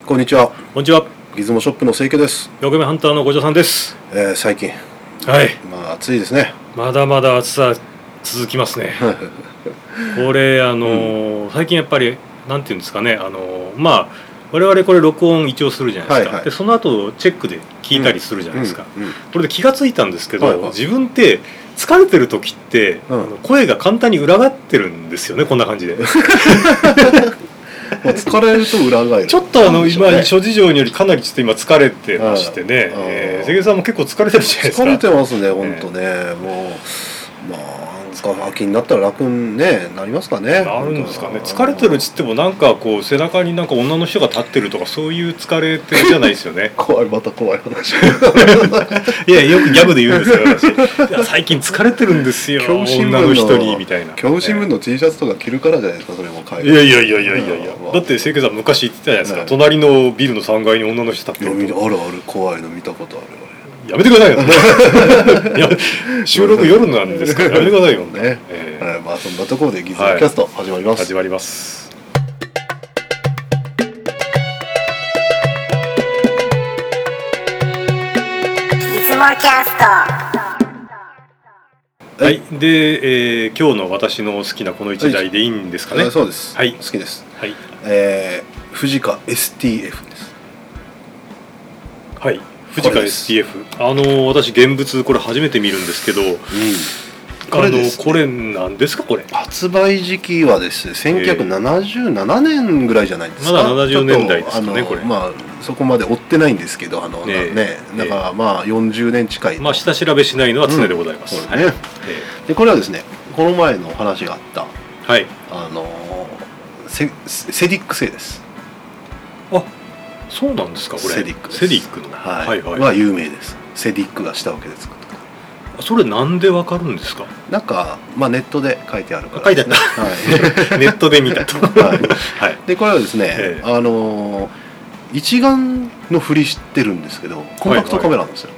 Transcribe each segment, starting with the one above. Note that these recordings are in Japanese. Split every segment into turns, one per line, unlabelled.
こんにちは。
こんにちは。
ギズモショップの清家です。
ヨゲメハンターの五条さんです。
最近、
はい。
暑いですね。
まだまだ暑さ続きますね。これ最近やっぱりなんていうんですかね、我々これ録音一応するじゃないですか。はいはい、でその後チェックで聞いたりするじゃないですか。これで気がついたんですけど、はいはい、自分って疲れてる時って、声が簡単に裏返ってるんですよね。こんな感じで。
疲れると裏返る。
ちょっと今諸事情によりかなりちょっと今疲れてましてね。関根さんも結構疲れてるじゃないですか。
疲れてますね、本当ね。もう秋になったら楽に、ね、なりますかね。
なるんですかね。疲れてるっつってもなんかこう背中になんか女の人が立ってるとかそういう疲れてるじゃないですよね。
また怖い話。
いやよくギャグで言うんですよ私。いや最近疲れてるんですよ。女の人にみたいな。
教新聞の T シャツとか着るからじゃないですか。それも
いやだって清家さん昔言ってたじゃないですか。隣のビルの3階に女の人立ってる。
ある怖いの見たことある。
やめてくださいよ。いや収録夜なんですからやめてくださいよね。
そんなところでギズモキャスト始まります。
始まります。
ギズモキャスト。
はい。で、今日の私の好きなこの一台でいいんですかね。
そうです。
はい。
好きです。
はい。
フジカ STF です。
はい。フジカ STF。私現物これ初めて見るんですけど、これ何ですかこれ。
発売時期はですね、1977年ぐらいじゃないですか。
まだ70年代ですかねこれ。
そこまで追ってないんですけど、だから40年近い。
下調べしないのは常でございます。
でこれはですね、この前のお話があった、
はい、
セディック製です。
あ、そうなんですかこれ。
セディック
の
は有名です。セディックがしたわけです。
それなんでわかるんですか。
なんかネットで書いてあるから、
書いてあった。ネットで見たと。
でこれはですね、一眼のふりしてるんですけど、コンパクトカメラなんですよ。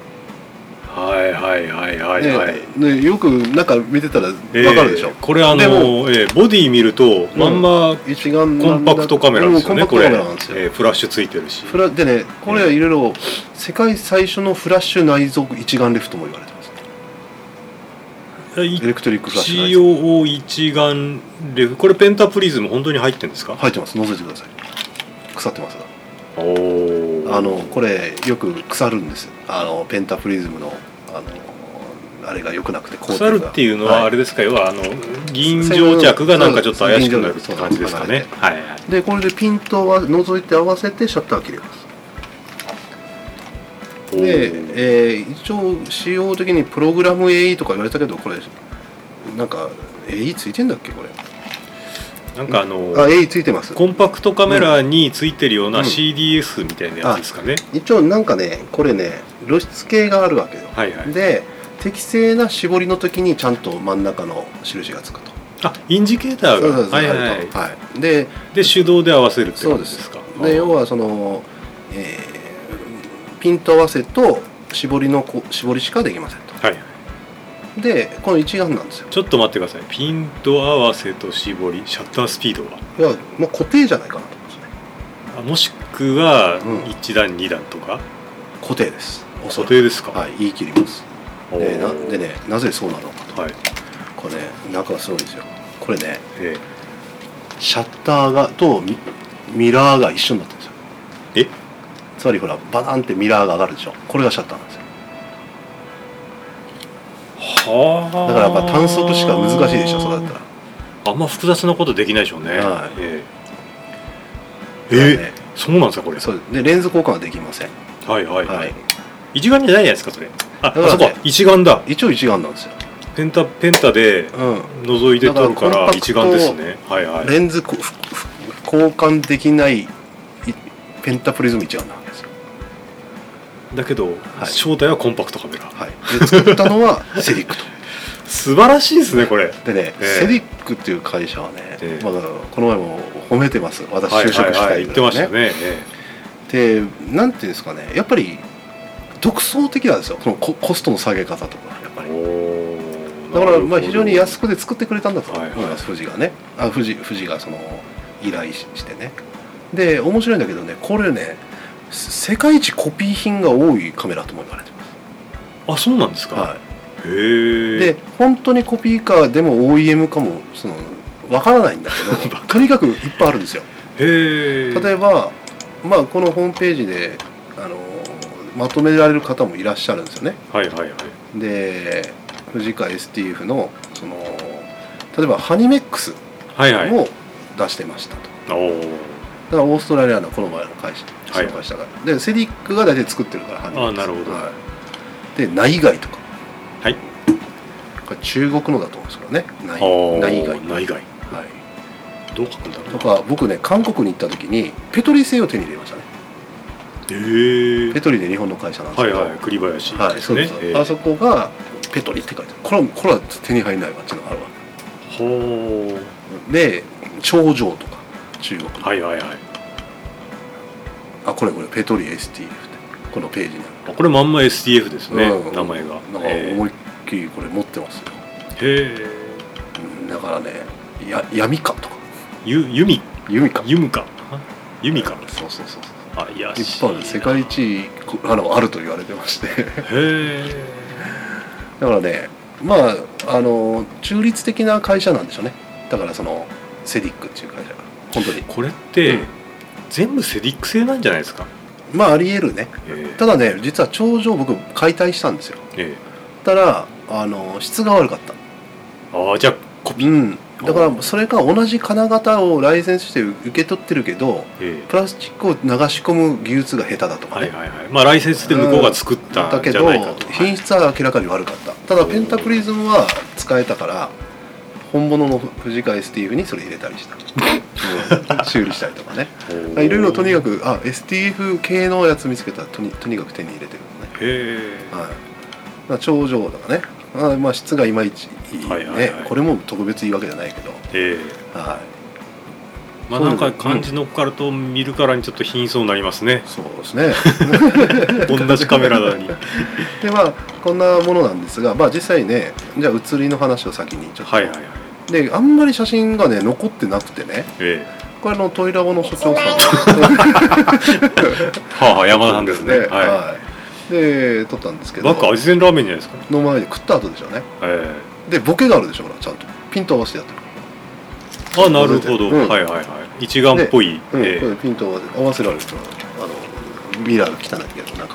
はい。よくなんか見てたらわかるでしょ。
これボディ見るとまんま
一眼
コンパクトカメラですよね。これフラッシュついてるし。
でね、これはいろいろ世界最初のフラッシュ内蔵一眼レフとも言われてます。エレクトリックフラッシュ内蔵。
CO 一眼レフ。これペンタプリズム本当に入ってるんですか。
入ってます。覗いてください。腐ってますが。これよく腐るんです。ペンタプリズムのあれが良くなくて
腐るっていうのはあれですか。要は銀蒸着がなんかちょっと怪しくなるって感じですかね。
でこれでピントは覗いて合わせてシャッター切れます。で、一応仕様的にプログラム AE とか言われたけど、これなんか AE ついてんだっけこれ。
なんか
AE ついてます。
コンパクトカメラについてるような CDS みたいなやつですかね。
一応なんかね、これね露出系があるわけよ。で適正な絞りの時にちゃんと真ん中の印がつくと。
インジケーターがで手動で合わせるってことですか。
で要はピント合わせと絞りしかできませんと。でこの一眼なんですよ。
ちょっと待ってください。ピント合わせと絞り、シャッタースピードは。
いやもう固定じゃないかなと思いますね。
もしくは1段2段とか。
固定です。
固定ですか。
言い切ります。でね、なぜそうなのかと。これね、中がすごいんですよ。これね、シャッターとミラーが一緒になってるんですよ。つまりほらバタンってミラーが上がるでしょ。これがシャッターなんですよ。だからやっぱ単速しか難しいでしょ。そうだったら
あんま複雑なことできないでしょうね。そうなんですかこれ。
そうでレンズ交換はできません。
一眼じゃないじゃないですかそれ。そうか、一眼だ。
一応一眼なんですよ。
ペンタで覗いて撮るから一眼ですね。
レンズ交換できないペンタプリズム一眼なんですよ。
だけど正体はコンパクトカメラ。
で作ったのはセディックと。
素晴らしいですねこれ。
でね、セディックっていう会社はね、この前も褒めてます。私就職したい
言ってましたね。
でなんていうんですかね、やっぱり独創的なんですよ。そのコストの下げ方とかやっぱり。だから非常に安くで作ってくれたんだと思います。富士がね、富士が依頼してね。 で面白いんだけどね、これね世界一コピー品が多いカメラとも言われて
ます。あ、そうなんですか。
はい、
へえ。
で本当にコピーかでも OEM かもわからないんだけどとにかくいっぱいあるんですよ。
へえ。
例えば、まあ、このホームページでまとめられる方もいらっしゃるんですよね。
はいはいはい。
で藤川 STF の例えばハニメックスも出してましたと、
はいはい、
だからオーストラリアのこの前の会社紹介したから、はい、でセディックが大体作ってるからハニメックス。
あ、なるほど、
はい、で内外とか、
はい、
これ中国のだと思うんですけどね。内外、
はい、どう書くんだろう。
とか僕ね韓国に行った時にペトリ製を手に入れましたね。ペトリで日本の会社なんですけど、
はいはい、栗林ですね、
はい、そうです、あそこがペトリって書いてある。これは手に入らないわっていうのがあるわ。
ほ
うで長城とか中国の、
はいはいはい、
あこれペトリ STF ってこのページにある。
これまんま STF ですね、名前が。
なんか思いっきりこれ持ってますよ。
へ
え、だからね闇かとか
弓か
そうそう
あ、いや
一般で世界一あると言われてましてへ
え。
だからね、まあ中立的な会社なんでしょうね。だからセディックっていう会社が本当に
これって、全部セディック製なんじゃないですか。
まあありえるね。ただね実は頂上僕解体したんですよ。ただ質が悪かった。
ああ、じゃあコピー、
だからそれが同じ金型をライセンスして受け取ってるけど、プラスチックを流し込む技術が下手だとかね、
まあライセンスで向こうが作ったんじゃないかと、
品質は明らかに悪かった。ただペンタプリズムは使えたから本物の藤川 STF にそれ入れたりした修理したりとかねいろいろとにかくSTF 系のやつ見つけたらとにかく手に入れてるのね。はい、頂上とかね、まあ質がいまいちね、これも特別いいわけじゃないけど、はい、
まあなんか漢字乗っかると見るからにちょっと貧相になりますね。
そうですね
同じカメラなのに
でまあこんなものなんですが、まあ実際ね、じゃあ写りの話を先にちょっと、であんまり写真がね残ってなくてね、これトイラボの所長さん
山田さんですね。
で撮ったんですけど、
バック味仙ラーメンじゃないですか。
の前で食った後でしょうね。でボケがあるでしょ、ほらちゃんとピント合わせてやってる。
あ、なるほど、はいはいはい、一眼っぽい、
これピント合わせられるとミラーが汚いけどなんか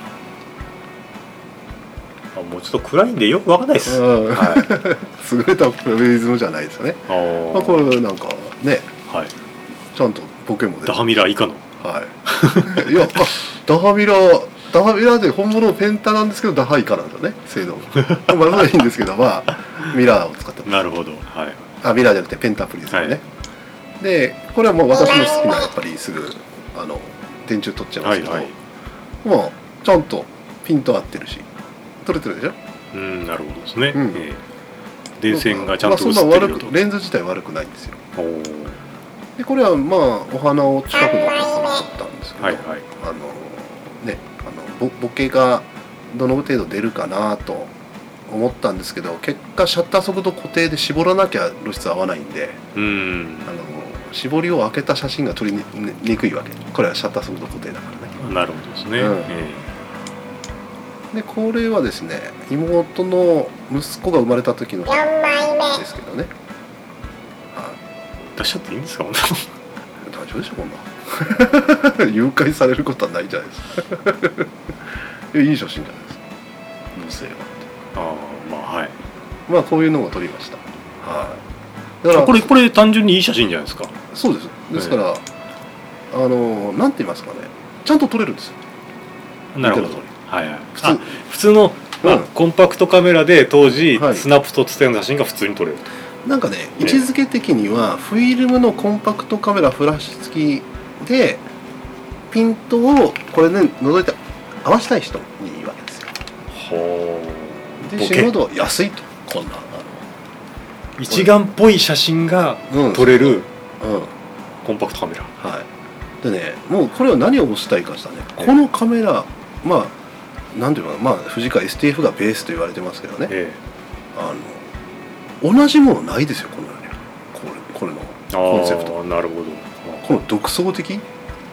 もうちょっと暗いんでよくわかんないです。
優れたプロフェリズムじゃないですよね。まあこれなんかね、ちゃんとボケも
ダハミラー以下の、
いやダハミラーで本物のペンタなんですけどダハ以下なんですよね、精度まあそれはいいんですけど、まあミラーを使ってます。な
るほど、
ミラーじゃなくてペンタプリズムね。でこれはもう私の好きなやっぱりすぐ電柱取っちゃいますけど、まあちゃんとピント合ってるし撮れてるでしょ。
なるほどですね。電線がちゃんと映ってるよと。
レンズ自体悪くないんですよ。でこれはまあお花を近くのところに撮ったんですけど、ボケがどの程度出るかなと思ったんですけど、結果シャッター速度固定で絞らなきゃ露出合わないんで、絞りを開けた写真が撮りにくいわけ。これはシャッター速度固定だからね。
なるほどですね。
でこれはですね、妹の息子が生まれた時の写真ですけどね。
出しちゃっていいんですか？大
丈夫でしょこんな誘拐されることはないじゃないですかいい写真じゃないですか、女性は。まあこういうのを撮りました。
だからこれ単純にいい写真じゃないですか。
そうです。ですからなんて言いますかね、ちゃんと撮れるんですよ。
なるほど。普通のコンパクトカメラで当時スナップ撮ってたような写真が普通に撮れる。
なんかね、位置づけ的にはフィルムのコンパクトカメラフラッシュ付きでピントをこれね覗いて合わせたい人にいいわけですよ。で仕事は安いと、こんな
一眼っぽい写真が撮れるコンパクトカメラ。
でね、もうこれは何を推したいかしたね、このカメラ、まあなんていうのかな、まあ藤川 STF がベースと言われてますけどね、同じものないですよ、この世に。これのコンセプト。
なるほど。
この独創的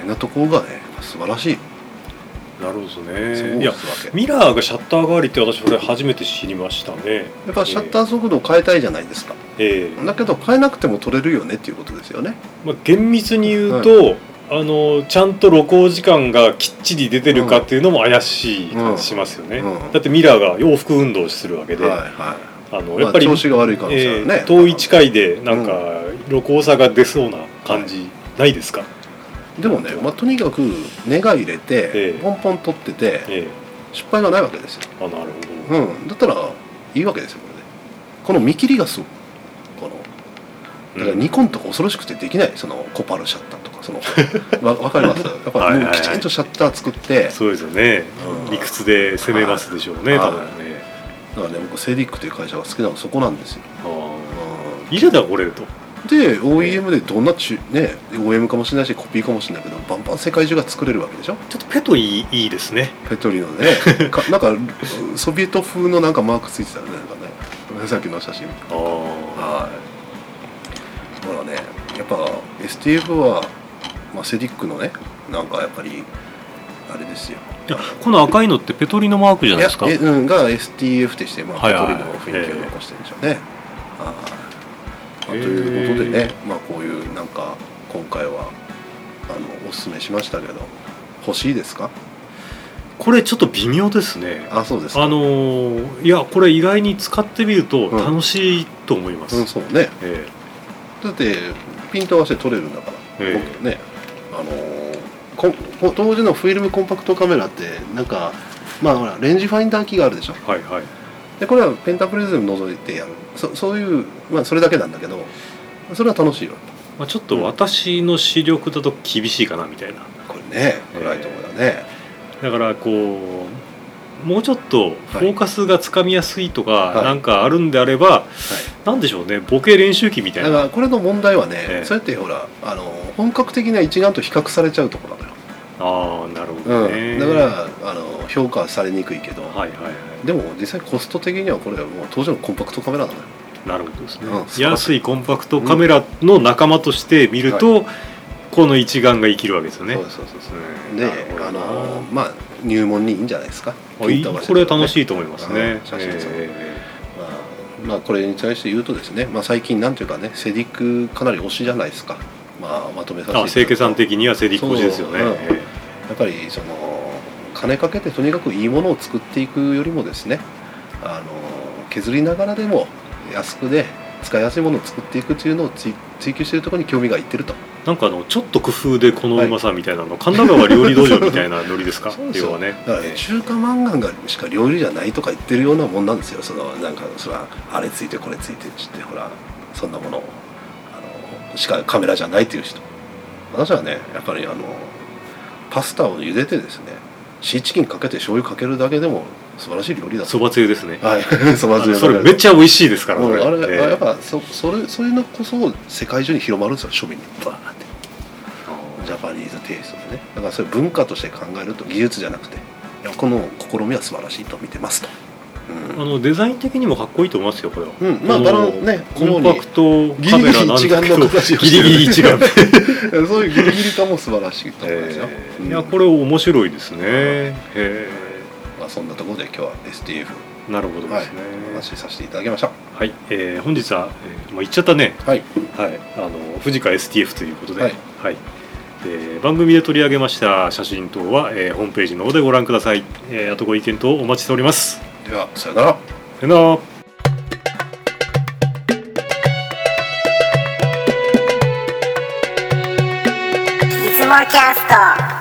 なところがね素晴らしい。
なるほど
そう
ね。
です
いやミラーがシャッター代わりって私これ初めて知りましたね。
やっぱシャッター速度を変えたいじゃないですか、だけど変えなくても撮れるよねっていうことですよね。
まあ、厳密に言うと、ちゃんと録音時間がきっちり出てるかっていうのも怪しい感じしますよね、だってミラーが洋服運動するわけで、やっぱり
調子が悪い可能性はね、
遠い近いでなんか録音差が出そうな感じないですか。
でもね、とにかく根が入れて、ポンポン取ってて、失敗がないわけですよ。
なるほど、
だったらいいわけですよこれで。この見切りがすごい、このだからニコンとか恐ろしくてできない、そのコパルシャッターとかそのわかります。やっぱりもうきちんとシャッター作って
そうですよね、理屈で攻めますでしょうね、多分ね。
だからね、僕セディックという会社が好きなのそこなんですよ。
いいじゃないこれと。
で OEM でどんなOEM かもしれないしコピーかもしれないけどバンバン世界中が作れるわけでしょ。
ちょっとペトいいですね。
ペトリのねなんかソビエト風のなんかマークついてたよね、なんかね、さっきの写真。はい。ほらね、やっぱ STF は、セディックのねなんかやっぱりあれですよ。
この赤いのってペトリのマークじゃないですか。
が STF として、ペトリの雰囲気を残してるんでしょうね。ということでね、こういうなんか今回はおすすめしましたけど、欲しいですか？
これちょっと微妙ですね。
そうですか。
いやこれ意外に使ってみると楽しいと思います。
そうね、だってピント合わせて撮れるんだから、僕ね、当時のフィルムコンパクトカメラってなんかほらレンジファインダー機があるでしょ。でこれはペンタプリズム除いてやる、そういう、それだけなんだけど、それは楽しいよ。
ちょっと私の視力だと厳しいかなみたいな。
これね、暗いところだね。
だからこうもうちょっとフォーカスがつかみやすいとかなんかあるんであれば、なんでしょうね、ボケ練習機みたいな。
だからこれの問題はね、そうやってほら本格的な一眼と比較されちゃうところなのよ。
なるほどね。
だから評価されにくいけど、でも実際コスト的にはこれはもう当時のコンパクトカメラなのよ。
なるほどですね。安いコンパクトカメラの仲間として見ると、この一眼が生きるわけですよね。
そうで入門にいいんじゃないですか。
これ楽しいと思いますね。
写真これに対して言うとですね、最近なんていうかね、セディックかなり推しじゃないですか。まとめさせていただくと
清家さん的にはセディック推しですよね。
やっぱり金かけてとにかくいいものを作っていくよりもですね、削りながらでも安くで使いやすいものを作っていくというのを追求しているところに興味がいってると。
なんかちょっと工夫でこのうまさみたいなの、神田川料理道場みたいなノリですか。要はね、
だから中華漫画がしか料理じゃないとか言ってるようなもんなんですよ。なんかそれはあれついてこれついてってほら、そんなものしかカメラじゃないっていう人。私はね、やっぱりパスタを茹でてですね、シーチキンかけて醤油かけるだけでも素晴らしい料理だと。
そばつゆですね。
そばつゆ。
それめっちゃ美味しいですから。
やっぱそういうのこそ世界中に広まるんですよ、庶民にバーってジャパニーズテイストでね。だからそれ文化として考えると、技術じゃなくてこの試みは素晴らしいと見てますと。
デザイン的にもかっこいいと思いますよこれは。コンパクトカメラなんですけどギリギリ一眼
そういうギリギリ感も素晴らしいと思いますよ。
いやこれ面白いですね。
そんなところで今日は STF
なるほどですね、
お話しさせていただきました。
はい、本日は言っちゃったね。富士家 STF ということで、番組で取り上げました写真等は、ホームページの方でご覧ください。あとご意見等お待ちしております。
ではさよなら。
さよなら。
いつもキャスト。